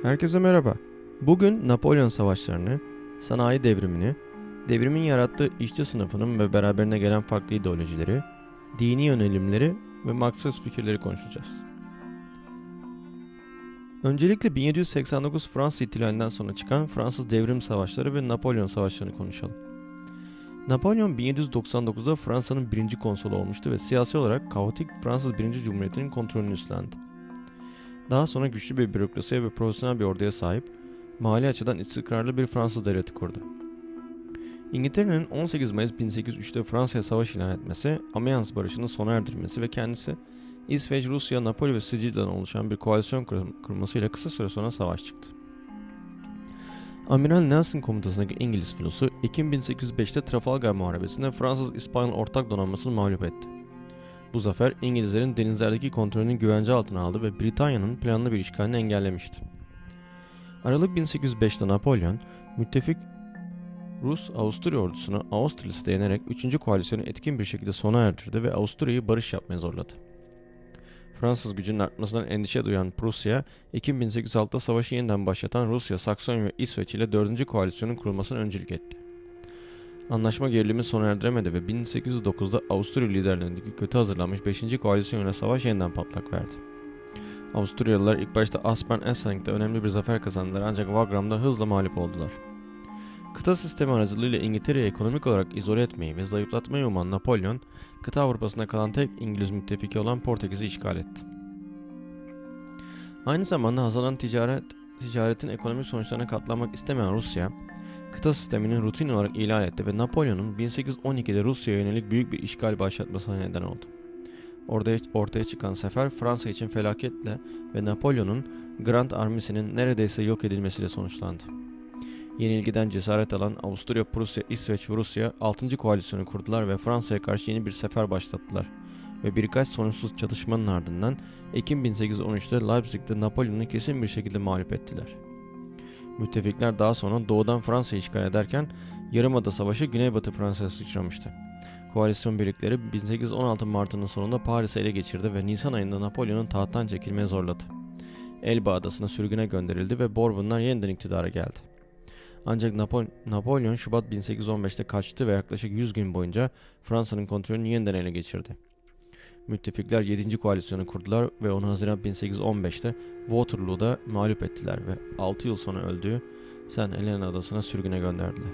Herkese merhaba. Bugün Napolyon savaşlarını, sanayi devrimini, devrimin yarattığı işçi sınıfının ve beraberine gelen farklı ideolojileri, dini yönelimleri ve Marksist fikirleri konuşacağız. Öncelikle 1789 Fransız ihtilalinden sonra çıkan Fransız Devrim Savaşları ve Napolyon Savaşlarını konuşalım. Napolyon 1799'da Fransa'nın birinci konsolu olmuştu ve siyasi olarak kaotik Fransız 1. Cumhuriyeti'nin kontrolünü üstlendi. Daha sonra güçlü bir bürokrasiye ve profesyonel bir orduya sahip, mali açıdan istikrarlı bir Fransız devleti kurdu. İngiltere'nin 18 Mayıs 1803'te Fransa'ya savaş ilan etmesi, Amiens Barışı'nı sona erdirmesi ve kendisi İsveç, Rusya, Napoli ve Sicilya'dan oluşan bir koalisyon kurmasıyla kısa süre sonra savaş çıktı. Amiral Nelson komutasındaki İngiliz filosu Ekim 1805'te Trafalgar Muharebesi'nde Fransız-İspanyol ortak donanmasını mağlup etti. Bu zafer İngilizlerin denizlerdeki kontrolünü güvence altına aldı ve Britanya'nın planlı bir işgalini engellemişti. Aralık 1805'te Napolyon, müttefik Rus-Avusturya ordusunu Austerlitz'e yenerek 3. koalisyonu etkin bir şekilde sona erdirdi ve Avusturya'yı barış yapmaya zorladı. Fransız gücünün artmasından endişe duyan Prusya, Ekim 1806'da savaşı yeniden başlatan Rusya, Saksonya ve İsveç ile 4. koalisyonun kurulmasına öncülük etti. Anlaşma gerilimi sona erdiremedi ve 1809'da Avusturya liderliğindeki kötü hazırlanmış 5. koalisyon ile savaş yeniden patlak verdi. Avusturyalılar ilk başta Aspern-Esseng'de önemli bir zafer kazandılar ancak Wagram'da hızla mağlup oldular. Kıta sistemi aracılığıyla İngiltere'yi ekonomik olarak izole etmeyi ve zayıflatmayı uman Napolyon, kıta Avrupa'sında kalan tek İngiliz müttefiki olan Portekiz'i işgal etti. Aynı zamanda azalan ticaretin ekonomik sonuçlarına katlanmak istemeyen Rusya, kıta sistemini rutin olarak ihlal etti ve Napolyon'un 1812'de Rusya'ya yönelik büyük bir işgal başlatmasına neden oldu. Ortaya çıkan sefer Fransa için felaketle ve Napolyon'un Grand Armisi'nin neredeyse yok edilmesiyle sonuçlandı. Yenilgiden cesaret alan Avusturya, Prusya, İsveç ve Rusya 6. koalisyonu kurdular ve Fransa'ya karşı yeni bir sefer başlattılar ve birkaç sonuçsuz çatışmanın ardından Ekim 1813'te Leipzig'te Napolyon'u kesin bir şekilde mağlup ettiler. Müttefikler daha sonra doğudan Fransa'yı işgal ederken Yarımada Savaşı Güneybatı Fransa'ya sıçramıştı. Koalisyon birlikleri 1816 Mart'ının sonunda Paris'i ele geçirdi ve Nisan ayında Napolyon'un tahttan çekilmeye zorladı. Elba adasına sürgüne gönderildi ve Bourbonlar yeniden iktidara geldi. Ancak Napolyon Şubat 1815'te kaçtı ve yaklaşık 100 gün boyunca Fransa'nın kontrolünü yeniden ele geçirdi. Müttefikler 7. koalisyonu kurdular ve onu Haziran 1815'te Waterloo'da mağlup ettiler ve 6 yıl sonra öldüğü Saint Helena adasına sürgüne gönderdiler.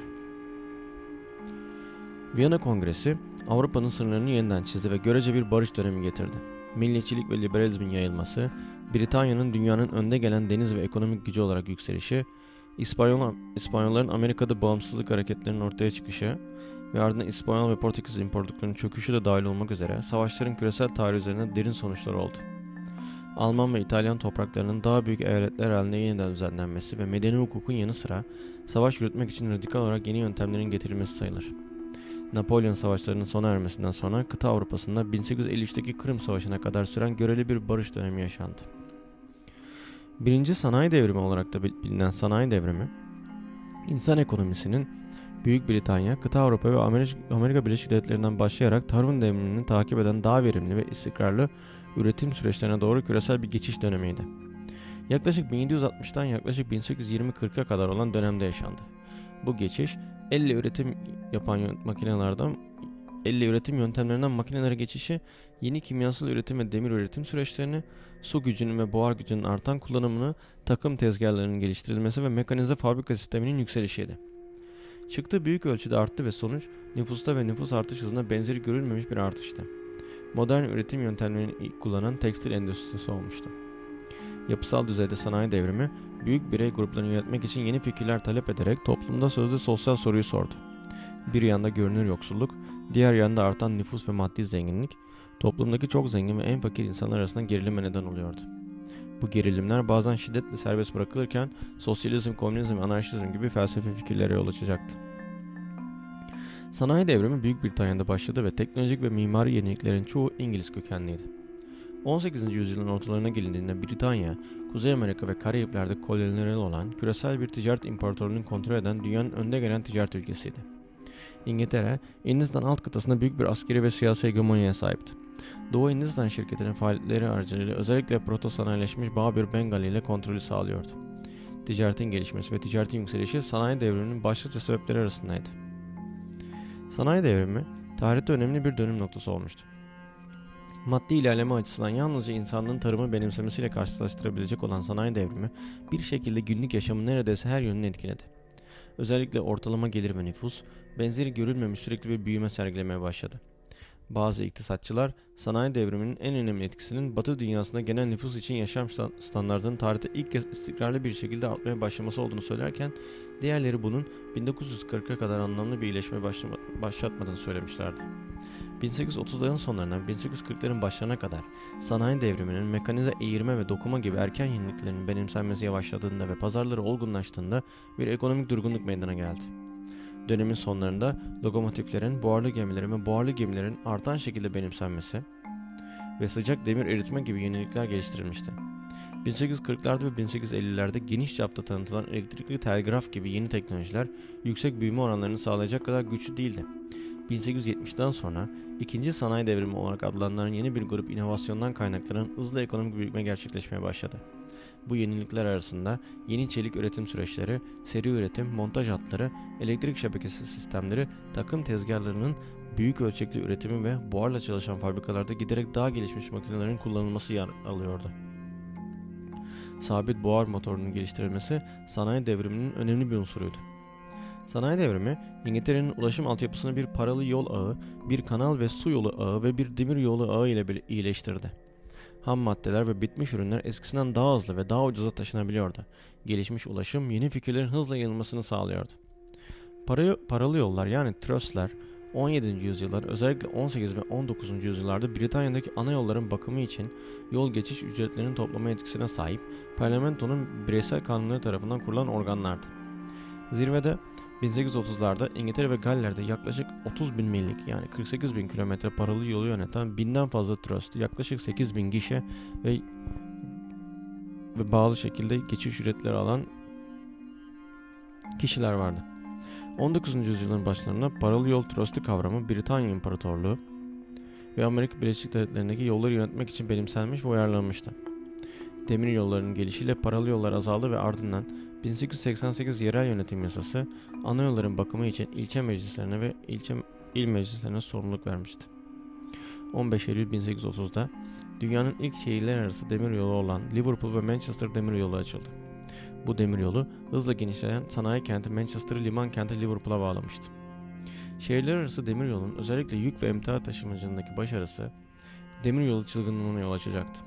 Viyana Kongresi Avrupa'nın sınırlarını yeniden çizdi ve görece bir barış dönemi getirdi. Milliyetçilik ve liberalizmin yayılması, Britanya'nın dünyanın önde gelen deniz ve ekonomik gücü olarak yükselişi, İspanyolların Amerika'da bağımsızlık hareketlerinin ortaya çıkışı ve ardından İspanyol ve Portekiz imparatorluklarının çöküşü de dahil olmak üzere savaşların küresel tarih üzerinde derin sonuçları oldu. Alman ve İtalyan topraklarının daha büyük eyaletler halinde yeniden düzenlenmesi ve medeni hukukun yanı sıra savaş yürütmek için radikal olarak yeni yöntemlerin getirilmesi sayılır. Napolyon savaşlarının sona ermesinden sonra kıta Avrupa'sında 1853'teki Kırım Savaşı'na kadar süren göreli bir barış dönemi yaşandı. Birinci sanayi devrimi olarak da bilinen sanayi devrimi, insan ekonomisinin Büyük Britanya, kıta Avrupa ve Amerika Birleşik Devletleri'nden başlayarak tarım devrimini takip eden daha verimli ve istikrarlı üretim süreçlerine doğru küresel bir geçiş dönemiydi. Yaklaşık 1760'tan yaklaşık 1820-40'a kadar olan dönemde yaşandı. Bu geçiş, elle üretim yöntemlerinden makinelere geçişi, yeni kimyasal üretim ve demir üretim süreçlerini, su gücünün ve buhar gücünün artan kullanımını, takım tezgahlarının geliştirilmesi ve mekanize fabrika sisteminin yükselişiydi. Çıktı büyük ölçüde arttı ve sonuç nüfusta ve nüfus artış hızında benzeri görülmemiş bir artıştı. Modern üretim yöntemlerini ilk kullanan tekstil endüstrisi olmuştu. Yapısal düzeyde sanayi devrimi, büyük birey gruplarını yönetmek için yeni fikirler talep ederek toplumda sözde sosyal soruyu sordu. Bir yanda görünür yoksulluk, diğer yanda artan nüfus ve maddi zenginlik, toplumdaki çok zengin ve en fakir insanlar arasında gerilime neden oluyordu. Bu gerilimler bazen şiddetle serbest bırakılırken sosyalizm, komünizm ve anarşizm gibi felsefi fikirlere yol açacaktı. Sanayi devrimi Büyük Britanya'da başladı ve teknolojik ve mimari yeniliklerin çoğu İngiliz kökenliydi. 18. yüzyılın ortalarına gelindiğinde Britanya, Kuzey Amerika ve Karayipler'de kolonileri olan küresel bir ticaret imparatorluğunu kontrol eden dünyanın önde gelen ticaret ülkesiydi. İngiltere, Hindistan alt kıtasında büyük bir askeri ve siyasi hegemonyaya sahipti. Doğu Hindistan şirketinin faaliyetleri aracılığıyla özellikle proto sanayileşmiş Babür Bengali ile kontrolü sağlıyordu. ticaretin gelişmesi ve ticaretin yükselişi sanayi devriminin başlıca sebepleri arasındaydı. Sanayi devrimi, tarihte önemli bir dönüm noktası olmuştu. Maddi ilerleme açısından yalnızca insanlığın tarımı benimsemesiyle karşılaştırabilecek olan sanayi devrimi, bir şekilde günlük yaşamın neredeyse her yönünü etkiledi. Özellikle ortalama gelir ve nüfus, benzeri görülmemiş sürekli bir büyüme sergilemeye başladı. Bazı iktisatçılar, sanayi devriminin en önemli etkisinin Batı dünyasında genel nüfus için yaşam standartının tarihte ilk kez istikrarlı bir şekilde artmaya başlaması olduğunu söylerken, diğerleri bunun 1940'a kadar anlamlı bir iyileşme başlatmadığını söylemişlerdi. 1830'ların sonlarından 1840'ların başlarına kadar sanayi devriminin mekanize eğirme ve dokuma gibi erken yeniliklerin benimsenmesi yavaşladığında ve pazarları olgunlaştığında bir ekonomik durgunluk meydana geldi. Dönemin sonlarında lokomotiflerin, buharlı gemilerin ve buharlı gemilerin artan şekilde benimsenmesi ve sıcak demir eritme gibi yenilikler geliştirilmişti. 1840'larda ve 1850'lerde geniş çapta tanıtılan elektrikli telgraf gibi yeni teknolojiler yüksek büyüme oranlarını sağlayacak kadar güçlü değildi. 1870'den sonra ikinci sanayi devrimi olarak adlandırılan yeni bir grup inovasyondan kaynaklanan hızlı ekonomik büyüme gerçekleşmeye başladı. Bu yenilikler arasında yeni çelik üretim süreçleri, seri üretim, montaj hatları, elektrik şebekesi sistemleri, takım tezgahlarının büyük ölçekli üretimi ve buharla çalışan fabrikalarda giderek daha gelişmiş makinelerin kullanılması yer alıyordu. Sabit buhar motorunun geliştirilmesi sanayi devriminin önemli bir unsuruydu. Sanayi devrimi, İngiltere'nin ulaşım altyapısını bir paralı yol ağı, bir kanal ve su yolu ağı ve bir demir yolu ağı ile iyileştirdi. Ham maddeler ve bitmiş ürünler eskisinden daha hızlı ve daha ucuza taşınabiliyordu. Gelişmiş ulaşım yeni fikirlerin hızla yayılmasını sağlıyordu. Paralı yollar yani tröstler 17. yüzyıldan özellikle 18 ve 19. yüzyıllarda Britanya'daki ana yolların bakımı için yol geçiş ücretlerinin toplama etkisine sahip parlamentonun bireysel kanunları tarafından kurulan organlardı. Zirvede 1830'larda İngiltere ve Galler'de yaklaşık 30 bin millik yani 48 bin kilometre paralı yolu yöneten binden fazla tröst, yaklaşık 8 bin gişe ve bağlı şekilde geçiş ücretleri alan kişiler vardı. 19. yüzyılın başlarında paralı yol tröstü kavramı Britanya İmparatorluğu ve Amerika Birleşik Devletleri'ndeki yolları yönetmek için benimsenmiş ve uyarlanmıştı. Demir yollarının gelişiyle paralı yollar azaldı ve ardından 1888 yerel yönetim yasası ana yolların bakımı için ilçe meclislerine ve il meclislerine sorumluluk vermişti. 15 Eylül 1830'da dünyanın ilk şehirler arası demiryolu olan Liverpool ve Manchester demiryolu açıldı. Bu demiryolu hızla genişleyen sanayi kenti Manchester'ı liman kenti Liverpool'a bağlamıştı. Şehirler arası demiryolunun özellikle yük ve emtia taşımacılığındaki başarısı demiryolu çılgınlığına yol açacaktı.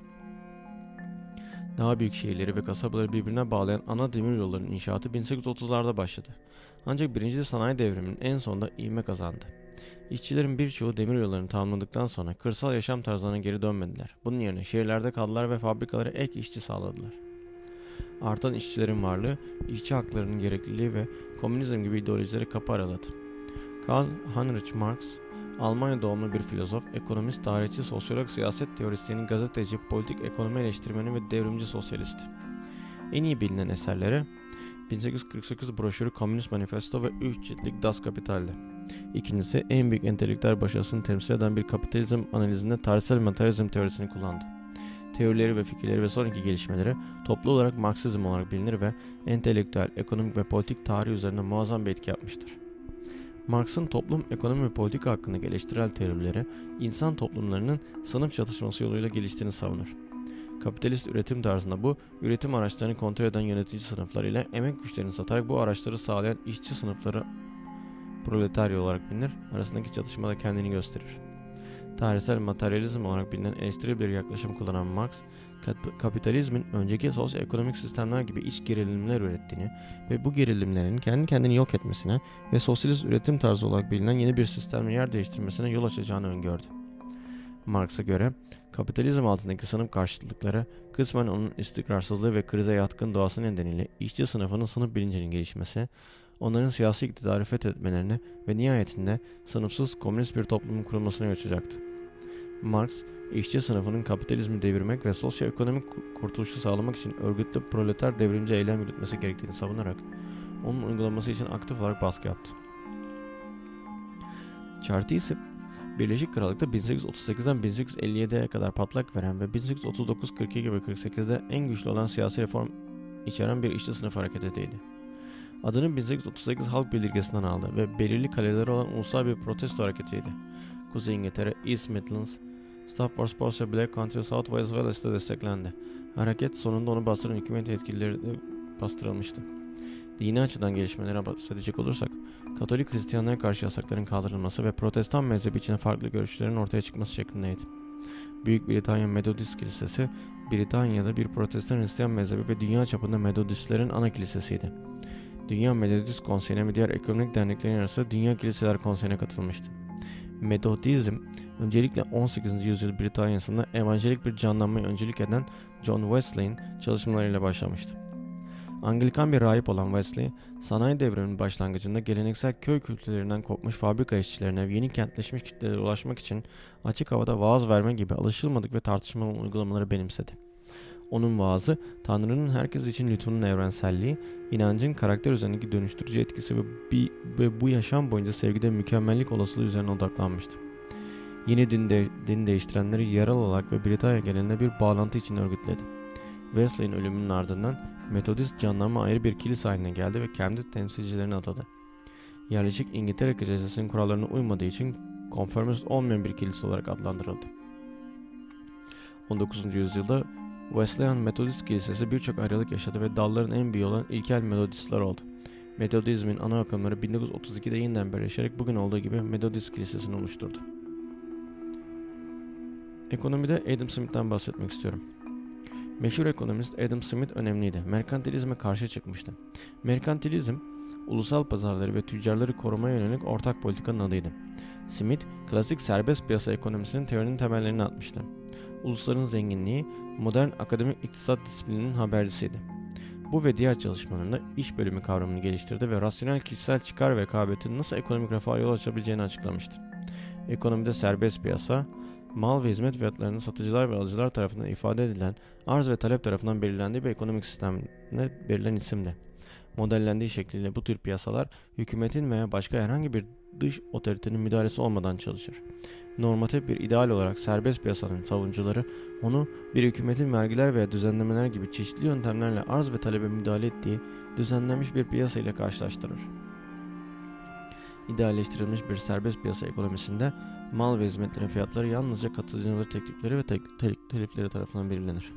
Daha büyük şehirleri ve kasabaları birbirine bağlayan ana demiryollarının inşaatı 1830'larda başladı. Ancak 1. Sanayi Devriminin en sonunda ivme kazandı. İşçilerin birçoğu demiryollarını tamamladıktan sonra kırsal yaşam tarzlarına geri dönmediler. Bunun yerine şehirlerde kaldılar ve fabrikalara ek işçi sağladılar. Artan işçilerin varlığı, işçi haklarının gerekliliği ve komünizm gibi ideolojilere kapı araladı. Karl Heinrich Marx, Almanya doğumlu bir filozof, ekonomist, tarihçi, sosyolog, siyaset teorisyeni, gazeteci, politik ekonomi eleştirmeni ve devrimci sosyalisti. En iyi bilinen eserleri 1848 broşürü Komünist Manifesto ve 3 ciltlik Das Kapital'di. İkincisi en büyük entelektüel başarısını temsil eden bir kapitalizm analizinde tarihsel materyalizm teorisini kullandı. Teorileri ve fikirleri ve sonraki gelişmeleri toplu olarak Marksizm olarak bilinir ve entelektüel, ekonomik ve politik tarih üzerinde muazzam bir etki yapmıştır. Marx'ın toplum, ekonomi ve politika hakkındaki eleştirel teorileri, insan toplumlarının sınıf çatışması yoluyla geliştiğini savunur. Kapitalist üretim tarzında bu, üretim araçlarını kontrol eden yönetici sınıflar ile emek güçlerini satarak bu araçları sağlayan işçi sınıfları proletarya olarak bilinir, arasındaki çatışmada kendini gösterir. Tarihsel materyalizm olarak bilinen eleştirel bir yaklaşım kullanan Marx, kapitalizmin önceki sosyoekonomik sistemler gibi iç gerilimler ürettiğini ve bu gerilimlerin kendi kendini yok etmesine ve sosyalist üretim tarzı olarak bilinen yeni bir sistemin yer değiştirmesine yol açacağını öngördü. Marx'a göre kapitalizm altındaki sınıf karşıtlıkları kısmen onun istikrarsızlığı ve krize yatkın doğası nedeniyle işçi sınıfının sınıf bilincinin gelişmesi, onların siyasi iktidarı fethetmelerini ve nihayetinde sınıfsız komünist bir toplumun kurulmasına yol açacaktı. Marx, işçi sınıfının kapitalizmi devirmek ve sosyoekonomik kurtuluşu sağlamak için örgütlü proleter devrimci eylem yürütmesi gerektiğini savunarak onun uygulanması için aktif olarak baskı yaptı. Chartis'in Birleşik Krallık'ta 1838'den 1857'ye kadar patlak veren ve 1839, 42 ve 48'de en güçlü olan siyasi reform içeren bir işçi sınıf hareketiydi. Adını 1838 Halk Bildirgesi'nden aldı ve belirli kaleleri olan ulusal bir protesto hareketiydi. Kuzey İngiltere, East Midlands, Staffordshire, Sportshire, Black Country, South Wales ve Wales'te desteklendi. Hareket sonunda onu bastıran hükümet yetkilileri de bastırılmıştı. Dini açıdan gelişmelere bahsedecek olursak, Katolik Hristiyanlara karşı yasakların kaldırılması ve Protestan mezhebi için farklı görüşlerin ortaya çıkması şeklindeydi. Büyük Britanya Metodist Kilisesi, Britanya'da bir Protestan Hristiyan mezhebi ve dünya çapında Metodistlerin ana kilisesiydi. Dünya Metodist Konseyi'ne ve diğer ekonomik derneklerin arasında Dünya Kiliseler Konseyi'ne katılmıştı. Metodizm, öncelikle 18. yüzyıl Britanya'sında evanjelik bir canlanmaya öncülük eden John Wesley'in çalışmalarıyla başlamıştı. Anglikan bir rahip olan Wesley, sanayi devriminin başlangıcında geleneksel köy kültürlerinden kopmuş fabrika işçilerine yeni kentleşmiş kitlelere ulaşmak için açık havada vaaz verme gibi alışılmadık ve tartışmalı uygulamaları benimsedi. Onun vaazı, Tanrı'nın herkes için lütfunun evrenselliği, inancın karakter üzerindeki dönüştürücü etkisi ve bu yaşam boyunca sevgide mükemmellik olasılığı üzerine odaklanmıştı. Yeni din değiştirenleri yerel olarak ve Britanya genelinde bir bağlantı için örgütledi. Wesley'in ölümünün ardından Metodist canlanma ayrı bir kilise haline geldi ve kendi temsilcilerini atadı. Yerleşik İngiltere Kilisesi'nin kurallarına uymadığı için konformist olmayan bir kilise olarak adlandırıldı. 19. yüzyılda Wesleyan Metodist Kilisesi birçok ayrılık yaşadı ve dalların en büyüğü olan ilkel Metodistler oldu. Metodizmin ana akımları 1932'de yeniden birleşerek bugün olduğu gibi Metodist Kilisesi'ni oluşturdu. Ekonomide Adam Smith'ten bahsetmek istiyorum. Meşhur ekonomist Adam Smith önemliydi. Merkantilizme karşı çıkmıştı. Merkantilizm, ulusal pazarları ve tüccarları korumaya yönelik ortak politikanın adıydı. Smith, klasik serbest piyasa ekonomisinin teorinin temellerini atmıştı. Ulusların zenginliği, modern akademik iktisat disiplininin habercisiydi. Bu ve diğer çalışmalarında iş bölümü kavramını geliştirdi ve rasyonel kişisel çıkar ve rekabetin nasıl ekonomik refaha yol açabileceğini açıklamıştı. Ekonomide serbest piyasa, mal ve hizmet fiyatlarının satıcılar ve alıcılar tarafından ifade edilen arz ve talep tarafından belirlendiği bir ekonomik sistemine verilen isimdi. Modellendiği şekliyle bu tür piyasalar hükümetin veya başka herhangi bir dış otoritenin müdahalesi olmadan çalışır. Normatif bir ideal olarak serbest piyasanın savunucuları onu bir hükümetin vergiler veya düzenlemeler gibi çeşitli yöntemlerle arz ve talebe müdahale ettiği düzenlenmiş bir piyasa ile karşılaştırır. İdealleştirilmiş bir serbest piyasa ekonomisinde mal ve hizmetlerin fiyatları yalnızca katılımcıların teklifleri ve telifleri tarafından belirlenir.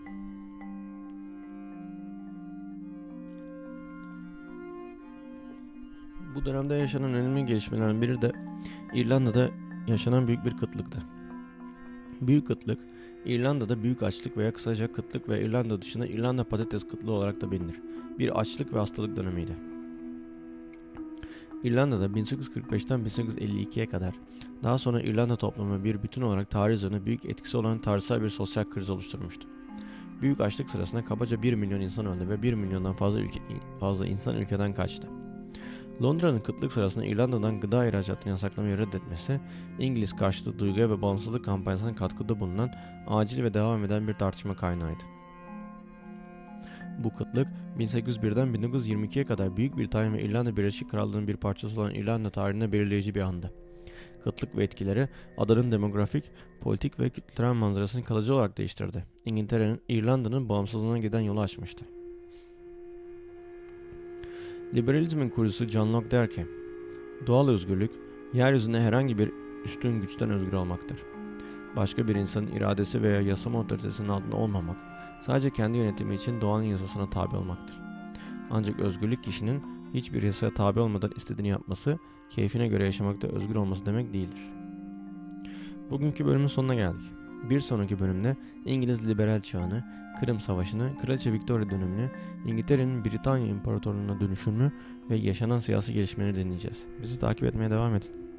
Bu dönemde yaşanan önemli gelişmelerden biri de İrlanda'da yaşanan büyük bir kıtlıktı. Büyük kıtlık, İrlanda'da büyük açlık veya kısaca kıtlık ve İrlanda dışında İrlanda patates kıtlığı olarak da bilinir. Bir açlık ve hastalık dönemiydi. İrlanda'da 1845'ten 1852'ye kadar, daha sonra İrlanda toplumu bir bütün olarak tarih üzerine büyük etkisi olan tarihsel bir sosyal kriz oluşturmuştu. Büyük açlık sırasında kabaca 1 milyon insan öldü ve 1 milyondan fazla insan ülkeden kaçtı. Londra'nın kıtlık sırasında İrlanda'dan gıda ihracatını yasaklamayı reddetmesi, İngiliz karşıtı duyguya ve bağımsızlık kampanyasına katkıda bulunan acil ve devam eden bir tartışma kaynağıydı. Bu kıtlık 1801'den 1922'ye kadar Büyük Britanya ve İrlanda Birleşik Krallığı'nın bir parçası olan İrlanda tarihinde belirleyici bir andı. Kıtlık ve etkileri adanın demografik, politik ve kültürel manzarasını kalıcı olarak değiştirdi. İngiltere'nin İrlanda'nın bağımsızlığına giden yolu açmıştı. Liberalizmin kurucusu John Locke der ki, doğal özgürlük, yeryüzünde herhangi bir üstün güçten özgür olmaktır. Başka bir insanın iradesi veya yasama otoritesinin altında olmamak, sadece kendi yönetimi için doğanın yasasına tabi olmaktır. Ancak özgürlük kişinin hiçbir yasaya tabi olmadan istediğini yapması, keyfine göre yaşamakta özgür olması demek değildir. Bugünkü bölümün sonuna geldik. Bir sonraki bölümde İngiliz liberal çağını, Kırım Savaşı'nı, Kraliçe Victoria dönemini, İngiltere'nin Britanya İmparatorluğu'na dönüşümünü ve yaşanan siyasi gelişmeleri dinleyeceğiz. Bizi takip etmeye devam edin.